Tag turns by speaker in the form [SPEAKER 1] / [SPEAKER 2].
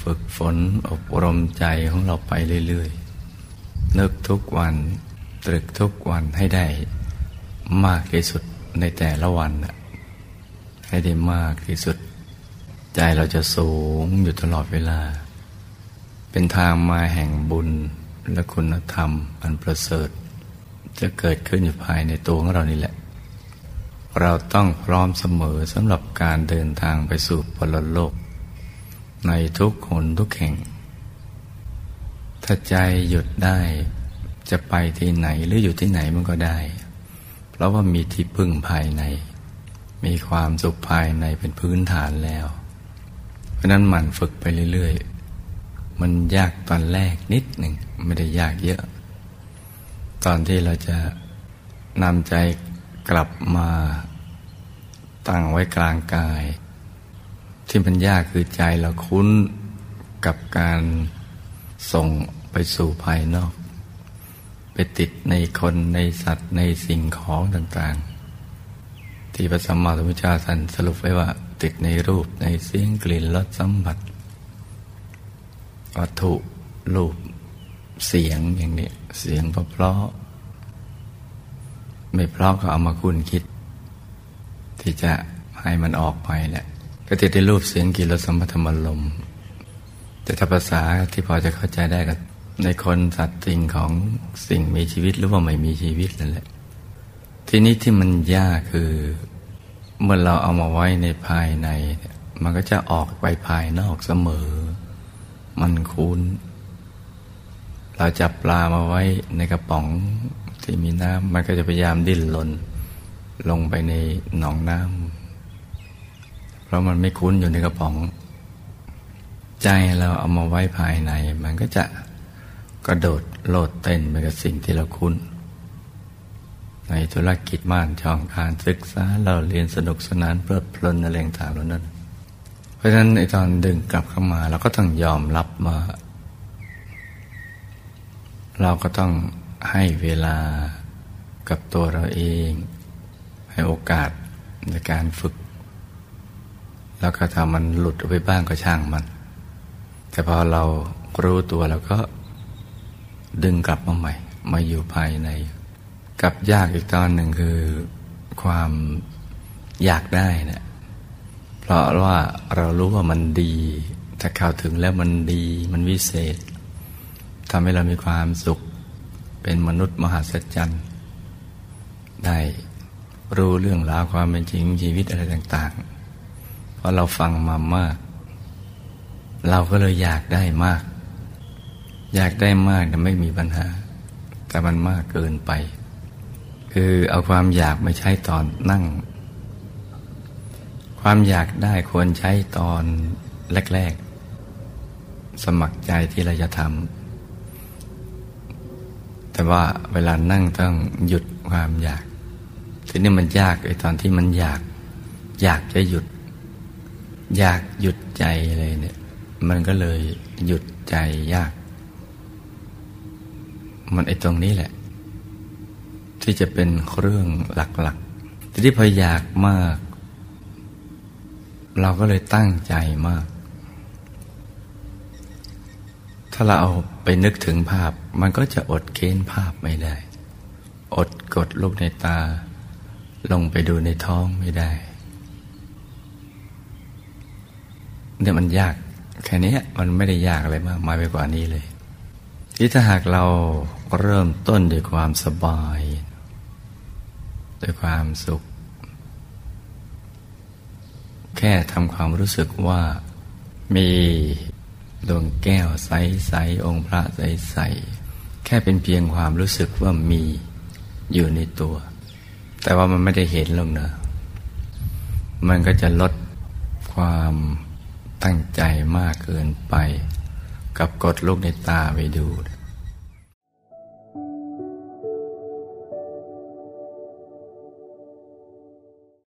[SPEAKER 1] ฝึกฝนอบรมใจของเราไปเรื่อยๆนึกทุกวันตรึกทุกวันให้ได้มากที่สุดในแต่ละวันให้ได้มากที่สุดใจเราจะสูงอยู่ตลอดเวลาเป็นทางมาแห่งบุญและคุณธรรมอันประเสริฐจะเกิดขึ้นอยู่ภายในตัวของเรานี่แหละเราต้องพร้อมเสมอสำหรับการเดินทางไปสู่ปรโลกในทุกหนทุกแห่งถ้าใจหยุดได้จะไปที่ไหนหรืออยู่ที่ไหนมันก็ได้เพราะว่ามีที่พึ่งภายในมีความสุขภายในเป็นพื้นฐานแล้วเพราะนั้นหมั่นฝึกไปเรื่อยๆมันยากตอนแรกนิดหนึ่งไม่ได้ยากเยอะตอนที่เราจะนำใจกลับมาตั้งไว้กลางกายที่มันยากคือใจเราคุ้นกับการส่งไปสู่ภายนอกไปติดในคนในสัตว์ในสิ่งของต่างๆที่พระสัมมาสัมพุทธเจ้าท่านสรุปไว้ว่าติดในรูปในเสียงกลิ่นรสสัมผัสวัตถุรูปเสียงอย่างนี้เสียงเพราะไม่เพราะก็เอามาคุ้นคิดที่จะให้มันออกไปแหละก็ติดในรูปเสียงกลิ่นรสสัมผัสธรรมารมณ์แต่ถ้าภาษาที่พอจะเข้าใจได้ก็ในคนสัตว์สิ่งของสิ่งมีชีวิตหรือว่าไม่มีชีวิตนั่นแหละทีนี้ที่มันยากคือเมื่อเราเอามาไว้ในภายในมันก็จะออกไปภายนอกเสมอมันคุ้นเราจับปลามาไว้ในกระป๋องที่มีน้ำมันก็จะพยายามดิ้นรนลงไปในหนองน้ำเพราะมันไม่คุ้นอยู่ในกระป๋องใจเราเอามาไว้ภายในมันก็จะกระโดดโลดเต้นไปกับสิ่งที่เราคุ้นในธุรกิจม่านช่องการศึกษาเราเรียนสนุกสนานเพลิดเพลินอะไรต่างๆเหล่านั้นเพราะฉะนั้นในตอนดึงกลับเข้ามาเราก็ต้องยอมรับมาเราก็ต้องให้เวลากับตัวเราเองให้โอกาสในการฝึกแล้วก็ถ้ามันหลุดออกไปบ้างก็ช่างมันแต่พอเรารู้ตัวเราก็ดึงกลับมาใหม่มาอยู่ภายในกับยากอีกตอนหนึ่งคือความอยากได้นะเพราะว่าเรารู้ว่ามันดีถ้าเข้าถึงแล้วมันดีมันวิเศษทำให้เรามีความสุขเป็นมนุษย์มหัศจรรย์ได้รู้เรื่องราวความเป็นจริงชีวิตอะไรต่างๆเพราะเราฟังมามากเราก็เลยอยากได้มากอยากได้มากแต่ไม่มีปัญหาแต่มันมากเกินไปคือเอาความอยากมาใช้ตอนนั่งความอยากได้ควรใช้ตอนแรกๆสมัครใจที่เราจะทำแต่ว่าเวลานั่งต้องหยุดความอยากทีนี้มันยากไอ้ตอนที่มันอยากจะหยุดอยากหยุดใจเลยเนี่ยมันก็เลยหยุดใจยากมันไอ้ตรงนี้แหละที่จะเป็นเรื่องหลักๆทีนี้พออยากมากเราก็เลยตั้งใจมากถ้าเราเอาไปนึกถึงภาพมันก็จะอดเค้นภาพไม่ได้อดกดลูกในตาลงไปดูในท้องไม่ได้เนี่ยมันยากแค่นี้มันไม่ได้ยากอะไรมากมายไปกว่านี้เลยที่ถ้าหากเราเริ่มต้นด้วยความสบายด้วยความสุขแค่ทำความรู้สึกว่ามีดวงแก้วใสๆองค์พระใสๆแค่เป็นเพียงความรู้สึกว่ามีอยู่ในตัวแต่ว่ามันไม่ได้เห็นหรอกนะมันก็จะลดความตั้งใจมากเกินไปกับกดลูกในตาไปดู